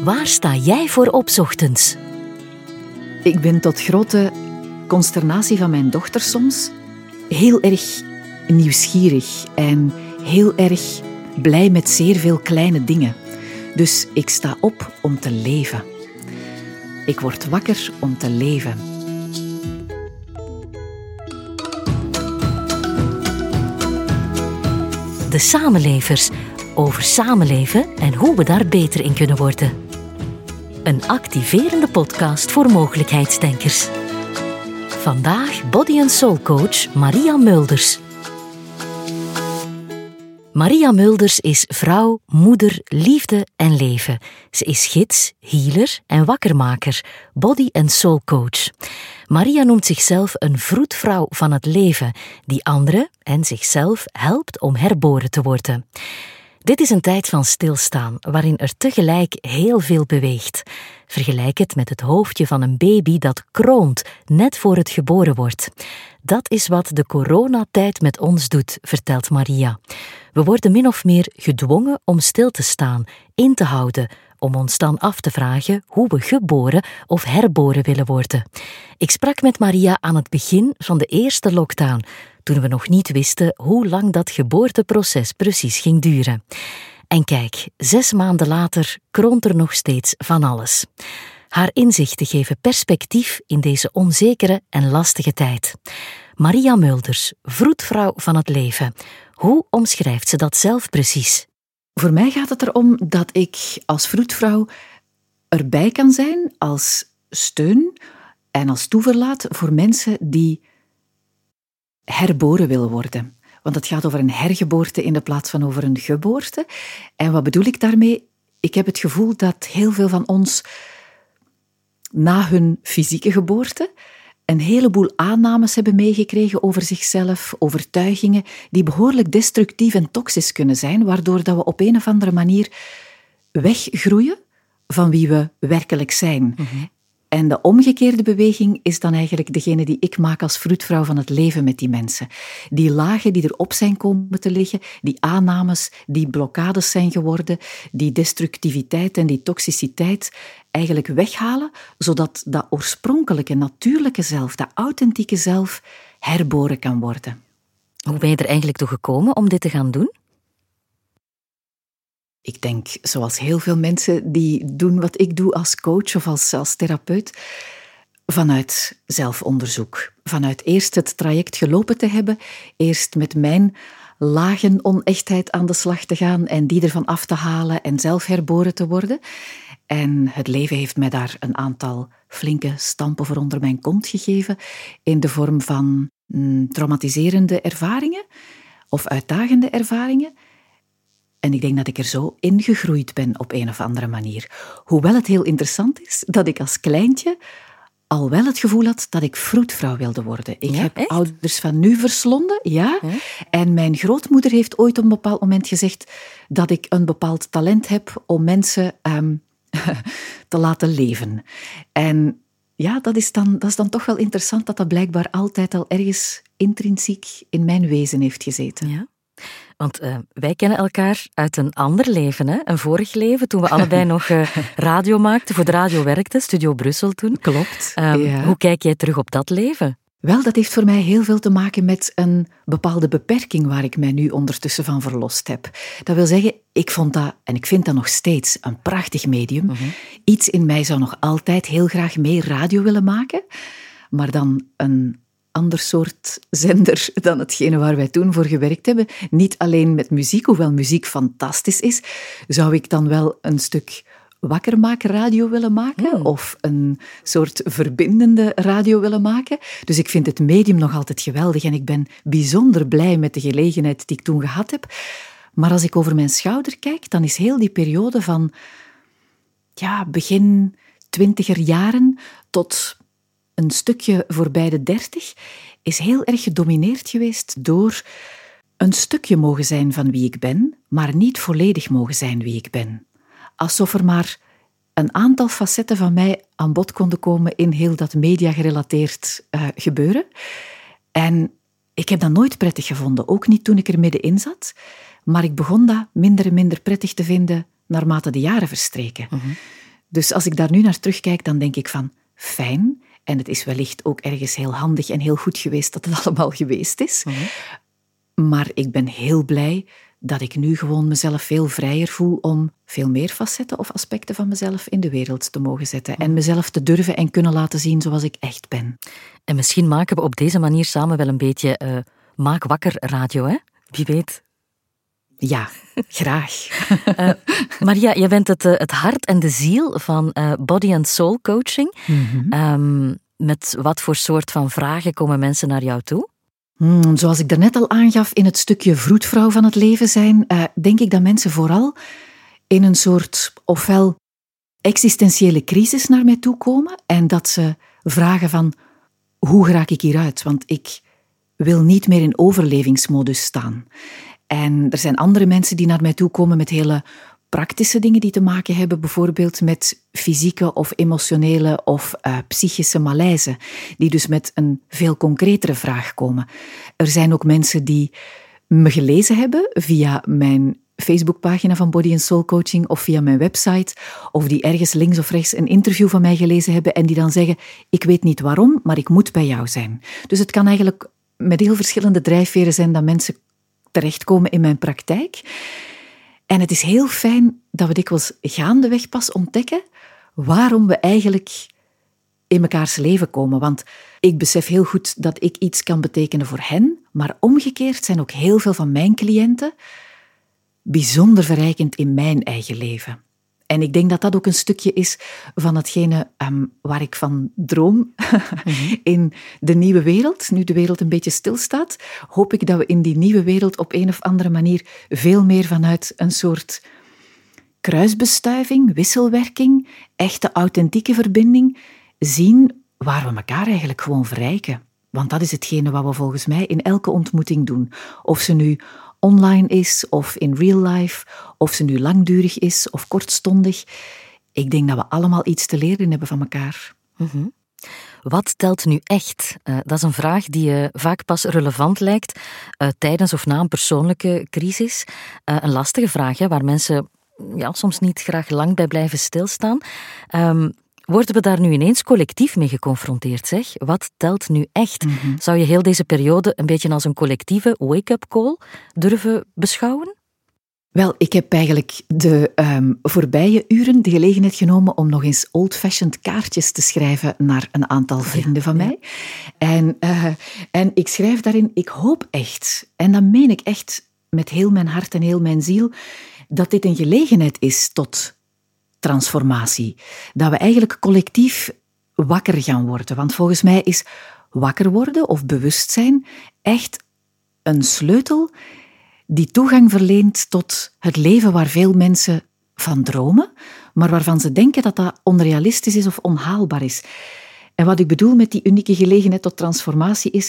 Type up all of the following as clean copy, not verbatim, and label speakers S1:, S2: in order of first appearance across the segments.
S1: Waar sta jij voor op 's ochtends?
S2: Ik ben tot grote consternatie van mijn dochter soms heel erg nieuwsgierig en heel erg blij met zeer veel kleine dingen. Dus ik sta op om te leven. Ik word wakker om te leven.
S1: De Samenlevers, over samenleven en hoe we daar beter in kunnen worden. Een activerende podcast voor mogelijkheidsdenkers. Vandaag body and soul coach Maria Mulders. Maria Mulders is vrouw, moeder, liefde en leven. Ze is gids, healer en wakkermaker, body and soul coach. Maria noemt zichzelf een vroedvrouw van het leven, die anderen en zichzelf helpt om herboren te worden. Dit is een tijd van stilstaan, waarin er tegelijk heel veel beweegt. Vergelijk het met het hoofdje van een baby dat kroont, net voor het geboren wordt. Dat is wat de coronatijd met ons doet, vertelt Maria. We worden min of meer gedwongen om stil te staan, in te houden, om ons dan af te vragen hoe we geboren of herboren willen worden. Ik sprak met Maria aan het begin van de eerste lockdown, toen we nog niet wisten hoe lang dat geboorteproces precies ging duren. En kijk, 6 maanden later kroont er nog steeds van alles. Haar inzichten geven perspectief in deze onzekere en lastige tijd. Maria Mulders, vroedvrouw van het leven. Hoe omschrijft ze dat zelf precies?
S2: Voor mij gaat het erom dat ik als vroedvrouw erbij kan zijn als steun en als toeverlaat voor mensen die herboren willen worden. Want het gaat over een hergeboorte in de plaats van over een geboorte. En wat bedoel ik daarmee? Ik heb het gevoel dat heel veel van ons na hun fysieke geboorte een heleboel aannames hebben meegekregen over zichzelf, overtuigingen die behoorlijk destructief en toxisch kunnen zijn, waardoor dat we op een of andere manier weggroeien van wie we werkelijk zijn. Mm-hmm. En de omgekeerde beweging is dan eigenlijk degene die ik maak als vroedvrouw van het leven met die mensen. Die lagen die erop zijn komen te liggen, die aannames, die blokkades zijn geworden, die destructiviteit en die toxiciteit eigenlijk weghalen, zodat dat oorspronkelijke, natuurlijke zelf, dat authentieke zelf, herboren kan worden.
S1: Hoe ben je er eigenlijk toe gekomen om dit te gaan doen?
S2: Ik denk, zoals heel veel mensen die doen wat ik doe als coach of als therapeut, vanuit zelfonderzoek. Vanuit eerst het traject gelopen te hebben, eerst met mijn lagen onechtheid aan de slag te gaan en die ervan af te halen en zelf herboren te worden. En het leven heeft mij daar een aantal flinke stampen voor onder mijn kont gegeven in de vorm van traumatiserende ervaringen of uitdagende ervaringen. En ik denk dat ik er zo ingegroeid ben op een of andere manier. Hoewel het heel interessant is dat ik als kleintje al wel het gevoel had dat ik vroedvrouw wilde worden. Ik heb echt? Ouders van nu verslonden, ja. En mijn grootmoeder heeft ooit op een bepaald moment gezegd dat ik een bepaald talent heb om mensen te laten leven. En ja, dat is dan toch wel interessant dat dat blijkbaar altijd al ergens intrinsiek in mijn wezen heeft gezeten.
S1: Ja. Want wij kennen elkaar uit een ander leven, hè? Een vorig leven, toen we allebei nog radio maakten, voor de radio werkten, Studio Brussel toen.
S2: Klopt.
S1: Hoe kijk jij terug op dat leven?
S2: Wel, dat heeft voor mij heel veel te maken met een bepaalde beperking waar ik mij nu ondertussen van verlost heb. Dat wil zeggen, ik vond dat, en ik vind dat nog steeds, een prachtig medium. Mm-hmm. Iets in mij zou nog altijd heel graag meer radio willen maken, maar dan een ander soort zender dan hetgene waar wij toen voor gewerkt hebben. Niet alleen met muziek, hoewel muziek fantastisch is, zou ik dan wel een stuk wakkermakerradio willen maken of een soort verbindende radio willen maken. Dus ik vind het medium nog altijd geweldig en ik ben bijzonder blij met de gelegenheid die ik toen gehad heb. Maar als ik over mijn schouder kijk, dan is heel die periode van begin 20er jaren tot een stukje voorbij de 30 is heel erg gedomineerd geweest door een stukje mogen zijn van wie ik ben, maar niet volledig mogen zijn wie ik ben. Alsof er maar een aantal facetten van mij aan bod konden komen in heel dat media-gerelateerd gebeuren. En ik heb dat nooit prettig gevonden, ook niet toen ik er middenin zat. Maar ik begon dat minder en minder prettig te vinden naarmate de jaren verstreken. Mm-hmm. Dus als ik daar nu naar terugkijk, dan denk ik van fijn. En het is wellicht ook ergens heel handig en heel goed geweest dat het allemaal geweest is. Maar ik ben heel blij dat ik nu gewoon mezelf veel vrijer voel om veel meer facetten of aspecten van mezelf in de wereld te mogen zetten. En mezelf te durven en kunnen laten zien zoals ik echt ben.
S1: En misschien maken we op deze manier samen wel een beetje Maak Wakker radio, hè? Wie weet.
S2: Ja, graag.
S1: Maria, jij bent het hart en de ziel van Body and Soul Coaching. Met wat voor soort van vragen komen mensen naar jou toe?
S2: Zoals ik daarnet al aangaf in het stukje vroedvrouw van het leven zijn, denk ik dat mensen vooral in een soort ofwel existentiële crisis naar mij toe komen en dat ze vragen van hoe raak ik hieruit? Want ik wil niet meer in overlevingsmodus staan. En er zijn andere mensen die naar mij toe komen met hele praktische dingen die te maken hebben, bijvoorbeeld met fysieke of emotionele of psychische malaise, die dus met een veel concretere vraag komen. Er zijn ook mensen die me gelezen hebben via mijn Facebookpagina van Body and Soul Coaching of via mijn website, of die ergens links of rechts een interview van mij gelezen hebben en die dan zeggen, ik weet niet waarom, maar ik moet bij jou zijn. Dus het kan eigenlijk met heel verschillende drijfveren zijn dat mensen terechtkomen in mijn praktijk. En het is heel fijn dat we dikwijls gaandeweg pas ontdekken waarom we eigenlijk in mekaars leven komen. Want ik besef heel goed dat ik iets kan betekenen voor hen, maar omgekeerd zijn ook heel veel van mijn cliënten bijzonder verrijkend in mijn eigen leven. En ik denk dat dat ook een stukje is van hetgene waar ik van droom in de nieuwe wereld. Nu de wereld een beetje stilstaat, hoop ik dat we in die nieuwe wereld op een of andere manier veel meer vanuit een soort kruisbestuiving, wisselwerking, echte authentieke verbinding zien waar we elkaar eigenlijk gewoon verrijken. Want dat is hetgene wat we volgens mij in elke ontmoeting doen. Of ze nu online is, of in real life, of ze nu langdurig is, of kortstondig. Ik denk dat we allemaal iets te leren hebben van elkaar.
S1: Wat telt nu echt? Dat is een vraag die vaak pas relevant lijkt tijdens of na een persoonlijke crisis. Een lastige vraag, hè, waar mensen soms niet graag lang bij blijven stilstaan. Worden we daar nu ineens collectief mee geconfronteerd, zeg? Wat telt nu echt? Zou je heel deze periode een beetje als een collectieve wake-up call durven beschouwen?
S2: Wel, ik heb eigenlijk de voorbije uren de gelegenheid genomen om nog eens old-fashioned kaartjes te schrijven naar een aantal vrienden van mij. En ik schrijf daarin, ik hoop echt, en dat meen ik echt met heel mijn hart en heel mijn ziel, dat dit een gelegenheid is tot transformatie. Dat we eigenlijk collectief wakker gaan worden. Want volgens mij is wakker worden of bewustzijn echt een sleutel die toegang verleent tot het leven waar veel mensen van dromen, maar waarvan ze denken dat dat onrealistisch is of onhaalbaar is. En wat ik bedoel met die unieke gelegenheid tot transformatie is,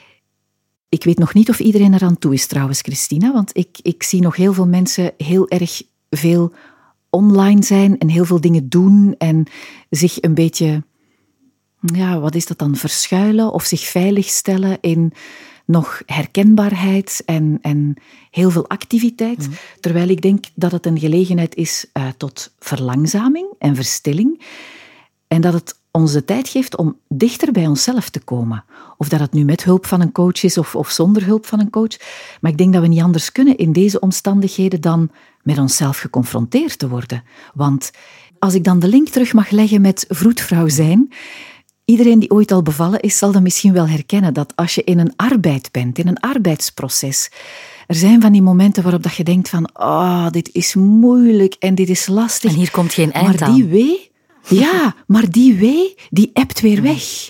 S2: ik weet nog niet of iedereen eraan toe is trouwens, Christina, want ik zie nog heel veel mensen heel erg veel online zijn en heel veel dingen doen en zich een beetje, wat is dat dan, verschuilen of zich veilig stellen in nog herkenbaarheid en heel veel activiteit. Terwijl ik denk dat het een gelegenheid is tot verlangzaming en verstilling en dat het ons de tijd geeft om dichter bij onszelf te komen. Of dat het nu met hulp van een coach is of zonder hulp van een coach. Maar ik denk dat we niet anders kunnen in deze omstandigheden dan met onszelf geconfronteerd te worden. Want als ik dan de link terug mag leggen met vroedvrouw zijn, iedereen die ooit al bevallen is, zal dat misschien wel herkennen, dat als je in een arbeid bent, in een arbeidsproces, er zijn van die momenten waarop dat je denkt van, dit is moeilijk en dit is lastig.
S1: En hier komt geen eind
S2: maar
S1: aan.
S2: Die wee, die wee, die ebt weer weg.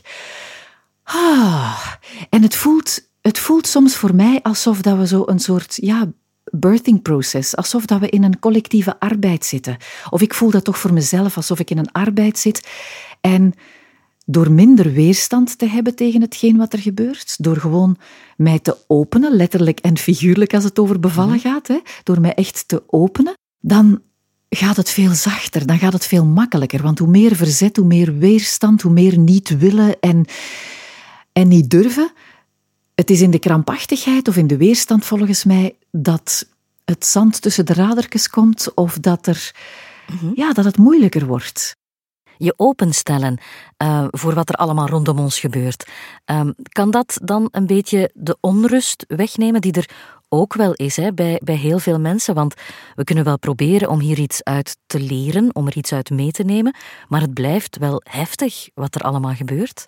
S2: En het voelt soms voor mij alsof dat we zo een soort, birthing process, alsof dat we in een collectieve arbeid zitten. Of ik voel dat toch voor mezelf, alsof ik in een arbeid zit en door minder weerstand te hebben tegen hetgeen wat er gebeurt, door gewoon mij te openen, letterlijk en figuurlijk als het over bevallen gaat, door mij echt te openen, dan gaat het veel zachter, dan gaat het veel makkelijker. Want hoe meer verzet, hoe meer weerstand, hoe meer niet willen en niet durven. Het is in de krampachtigheid of in de weerstand volgens mij dat het zand tussen de radertjes komt of dat er ja, dat het moeilijker wordt.
S1: Je openstellen voor wat er allemaal rondom ons gebeurt. Kan dat dan een beetje de onrust wegnemen die er ook wel is bij heel veel mensen? Want we kunnen wel proberen om hier iets uit te leren, om er iets uit mee te nemen, maar het blijft wel heftig wat er allemaal gebeurt.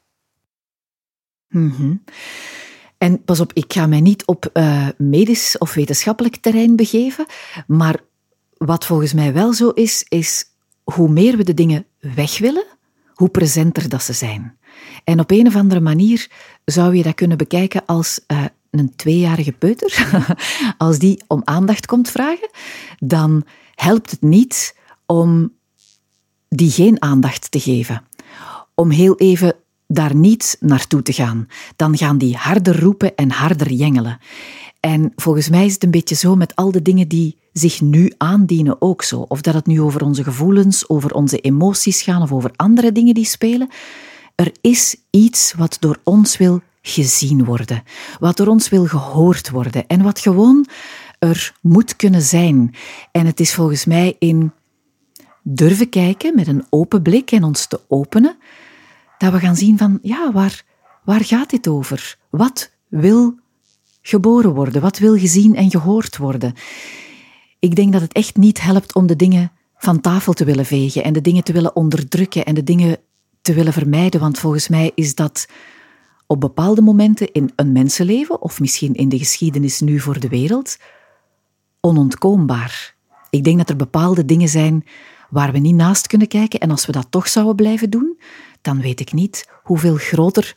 S2: En pas op, ik ga mij niet op medisch of wetenschappelijk terrein begeven, maar wat volgens mij wel zo is hoe meer we de dingen weg willen, hoe presenter dat ze zijn. En op een of andere manier zou je dat kunnen bekijken als een 2-jarige peuter. Als die om aandacht komt vragen, dan helpt het niet om die geen aandacht te geven. Om heel even daar niet naartoe te gaan. Dan gaan die harder roepen en harder jengelen. En volgens mij is het een beetje zo met al de dingen die zich nu aandienen ook zo. Of dat het nu over onze gevoelens, over onze emoties gaan of over andere dingen die spelen. Er is iets wat door ons wil gezien worden. Wat door ons wil gehoord worden. En wat gewoon er moet kunnen zijn. En het is volgens mij in durven kijken met een open blik en ons te openen, dat we gaan zien van, ja, waar gaat dit over? Wat wil geboren worden? Wat wil gezien en gehoord worden? Ik denk dat het echt niet helpt om de dingen van tafel te willen vegen en de dingen te willen onderdrukken en de dingen te willen vermijden, want volgens mij is dat op bepaalde momenten in een mensenleven, of misschien in de geschiedenis nu voor de wereld, onontkoombaar. Ik denk dat er bepaalde dingen zijn waar we niet naast kunnen kijken en als we dat toch zouden blijven doen, dan weet ik niet hoeveel groter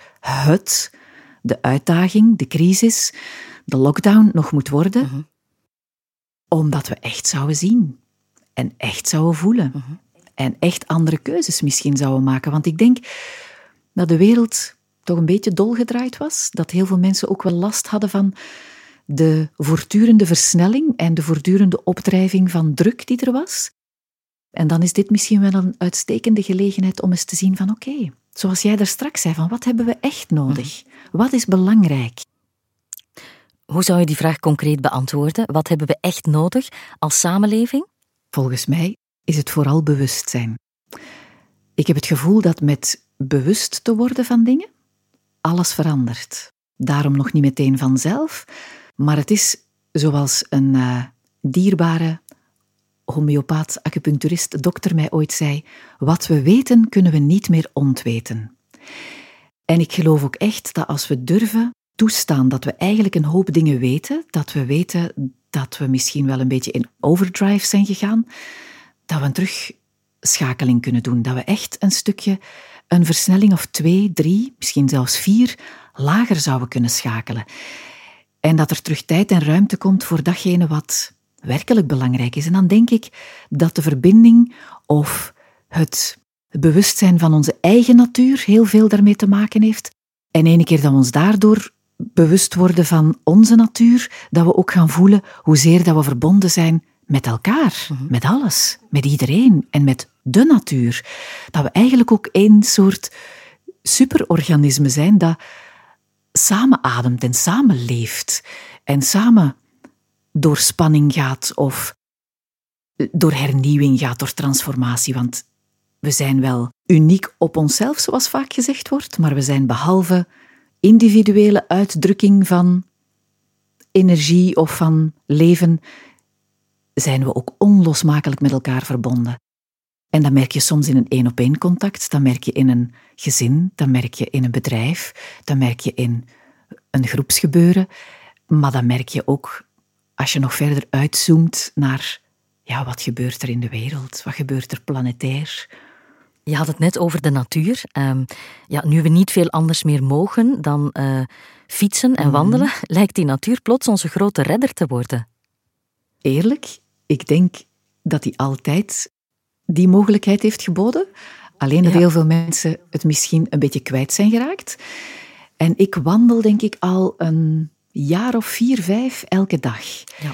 S2: de uitdaging, de crisis, de lockdown nog moet worden, omdat we echt zouden zien en echt zouden voelen en echt andere keuzes misschien zouden maken. Want ik denk dat de wereld toch een beetje dolgedraaid was, dat heel veel mensen ook wel last hadden van de voortdurende versnelling en de voortdurende opdrijving van druk die er was. En dan is dit misschien wel een uitstekende gelegenheid om eens te zien van oké, zoals jij daar straks zei, van wat hebben we echt nodig? Wat is belangrijk?
S1: Hoe zou je die vraag concreet beantwoorden? Wat hebben we echt nodig als samenleving?
S2: Volgens mij is het vooral bewustzijn. Ik heb het gevoel dat met bewust te worden van dingen, alles verandert. Daarom nog niet meteen vanzelf, maar het is zoals een dierbare homeopaat, acupuncturist, dokter mij ooit zei, wat we weten kunnen we niet meer ontweten. En ik geloof ook echt dat als we durven toestaan dat we eigenlijk een hoop dingen weten, dat we weten dat we misschien wel een beetje in overdrive zijn gegaan, dat we een terugschakeling kunnen doen, dat we echt een stukje, een versnelling of 2, 3, misschien zelfs 4, lager zouden kunnen schakelen. En dat er terug tijd en ruimte komt voor datgene wat werkelijk belangrijk is. En dan denk ik dat de verbinding of het bewustzijn van onze eigen natuur heel veel daarmee te maken heeft. En ene keer dat we ons daardoor bewust worden van onze natuur, dat we ook gaan voelen hoezeer dat we verbonden zijn met elkaar, met alles, met iedereen en met de natuur. Dat we eigenlijk ook een soort superorganisme zijn dat samen ademt en samen leeft en samen door spanning gaat of door hernieuwing gaat, door transformatie. Want we zijn wel uniek op onszelf, zoals vaak gezegd wordt, maar we zijn behalve individuele uitdrukking van energie of van leven, zijn we ook onlosmakelijk met elkaar verbonden. En dat merk je soms in een 1-op-1 contact, dat merk je in een gezin, dat merk je in een bedrijf, dat merk je in een groepsgebeuren, maar dat merk je ook als je nog verder uitzoomt naar wat gebeurt er in de wereld, wat gebeurt er planetair.
S1: Je had het net over de natuur. Nu we niet veel anders meer mogen dan fietsen en wandelen, lijkt die natuur plots onze grote redder te worden.
S2: Eerlijk, ik denk dat die altijd die mogelijkheid heeft geboden. Alleen dat heel veel mensen het misschien een beetje kwijt zijn geraakt. En ik wandel denk ik al een jaar of 4, 5 elke dag. Ja.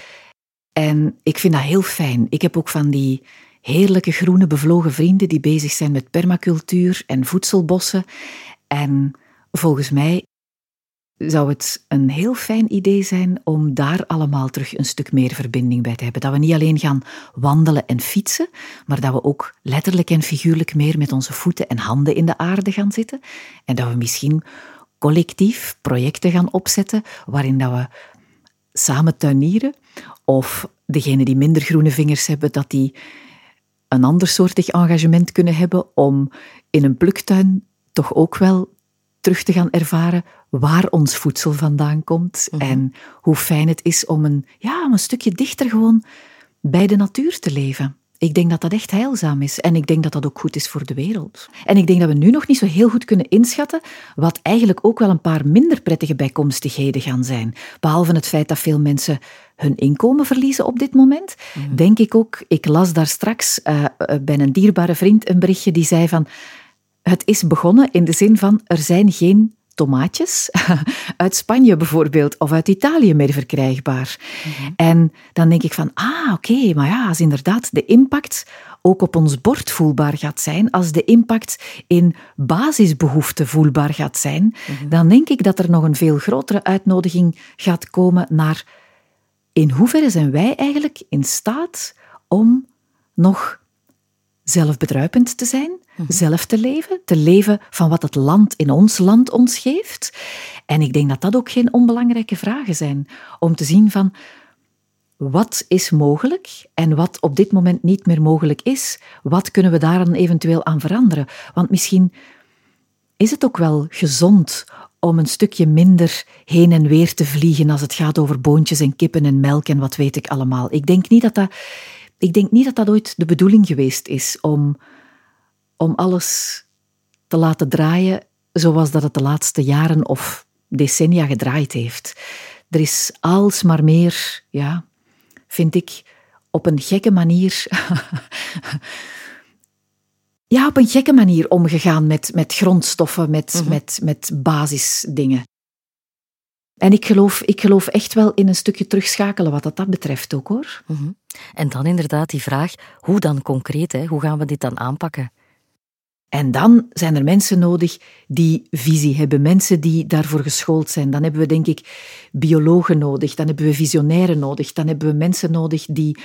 S2: En ik vind dat heel fijn. Ik heb ook van die heerlijke groene bevlogen vrienden die bezig zijn met permacultuur en voedselbossen. En volgens mij zou het een heel fijn idee zijn om daar allemaal terug een stuk meer verbinding bij te hebben. Dat we niet alleen gaan wandelen en fietsen, maar dat we ook letterlijk en figuurlijk meer met onze voeten en handen in de aarde gaan zitten. En dat we misschien collectief projecten gaan opzetten waarin dat we samen tuinieren, of degenen die minder groene vingers hebben, dat die een ander soortig engagement kunnen hebben om in een pluktuin toch ook wel terug te gaan ervaren waar ons voedsel vandaan komt en hoe fijn het is om een stukje dichter gewoon bij de natuur te leven. Ik denk dat dat echt heilzaam is en ik denk dat dat ook goed is voor de wereld. En ik denk dat we nu nog niet zo heel goed kunnen inschatten wat eigenlijk ook wel een paar minder prettige bijkomstigheden gaan zijn. Behalve het feit dat veel mensen hun inkomen verliezen op dit moment, denk ik ook, ik las daar straks bij een dierbare vriend een berichtje die zei van, het is begonnen in de zin van, er zijn geen tomaatjes uit Spanje bijvoorbeeld of uit Italië meer verkrijgbaar. En dan denk ik van, oké, maar ja, als inderdaad de impact ook op ons bord voelbaar gaat zijn, als de impact in basisbehoeften voelbaar gaat zijn, dan denk ik dat er nog een veel grotere uitnodiging gaat komen naar in hoeverre zijn wij eigenlijk in staat om nog zelfbedruipend te zijn, zelf te leven van wat het land in ons land ons geeft. En ik denk dat dat ook geen onbelangrijke vragen zijn, om te zien van wat is mogelijk en wat op dit moment niet meer mogelijk is. Wat kunnen we daar dan eventueel aan veranderen? Want misschien is het ook wel gezond om een stukje minder heen en weer te vliegen als het gaat over boontjes en kippen en melk en wat weet ik allemaal. Ik denk niet dat dat ooit de bedoeling geweest is om alles te laten draaien zoals dat het de laatste jaren of decennia gedraaid heeft. Er is alsmaar meer, vind ik, op een gekke manier op een gekke manier omgegaan met grondstoffen, met basisdingen. En ik geloof echt wel in een stukje terugschakelen wat dat betreft ook, hoor.
S1: En dan inderdaad die vraag, hoe dan concreet? Hè? Hoe gaan we dit dan aanpakken?
S2: En dan zijn er mensen nodig die visie hebben, mensen die daarvoor geschoold zijn. Dan hebben we, denk ik, biologen nodig, dan hebben we visionairen nodig, dan hebben we mensen nodig die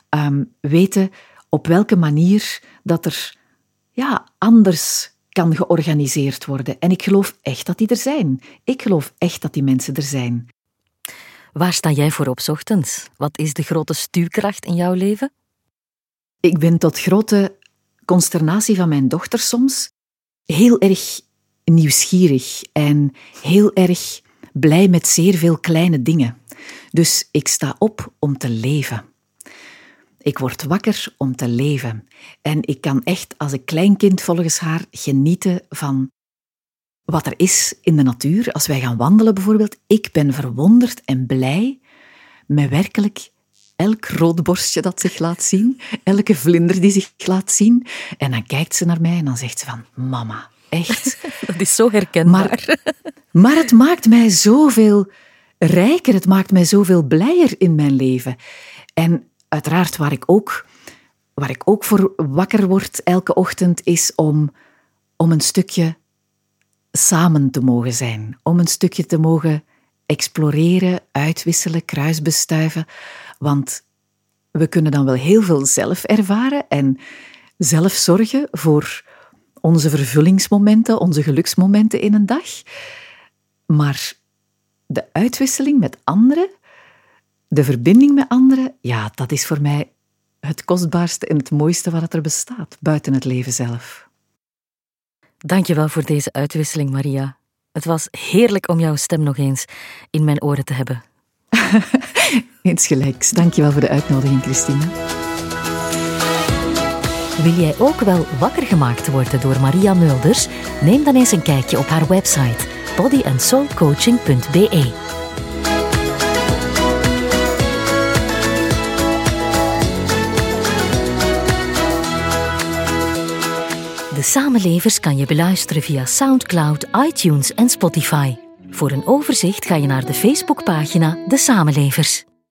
S2: weten op welke manier dat er anders kan georganiseerd worden. En ik geloof echt dat die er zijn. Ik geloof echt dat die mensen er zijn.
S1: Waar sta jij voor op 's ochtends? Wat is de grote stuwkracht in jouw leven?
S2: Ik ben tot grote consternatie van mijn dochter soms heel erg nieuwsgierig en heel erg blij met zeer veel kleine dingen. Dus ik sta op om te leven. Ik word wakker om te leven. En ik kan echt als een klein kind volgens haar genieten van wat er is in de natuur. Als wij gaan wandelen bijvoorbeeld, ik ben verwonderd en blij met werkelijk elk roodborstje dat zich laat zien, elke vlinder die zich laat zien. En dan kijkt ze naar mij en dan zegt ze van, mama, echt.
S1: Dat is zo herkenbaar.
S2: Maar het maakt mij zoveel rijker, het maakt mij zoveel blijer in mijn leven. En uiteraard waar ik ook voor wakker word elke ochtend is om een stukje samen te mogen zijn. Om een stukje te mogen exploreren, uitwisselen, kruisbestuiven. Want we kunnen dan wel heel veel zelf ervaren en zelf zorgen voor onze vervullingsmomenten, onze geluksmomenten in een dag. Maar de uitwisseling met anderen, de verbinding met anderen, dat is voor mij het kostbaarste en het mooiste wat er bestaat, buiten het leven zelf.
S1: Dankjewel voor deze uitwisseling, Maria. Het was heerlijk om jouw stem nog eens in mijn oren te hebben.
S2: Insgelijks. Dankjewel voor de uitnodiging, Christine.
S1: Wil jij ook wel wakker gemaakt worden door Maria Mulders? Neem dan eens een kijkje op haar website bodyandsoulcoaching.be. De Samenlevers kan je beluisteren via Soundcloud, iTunes en Spotify. Voor een overzicht ga je naar de Facebookpagina De Samenlevers.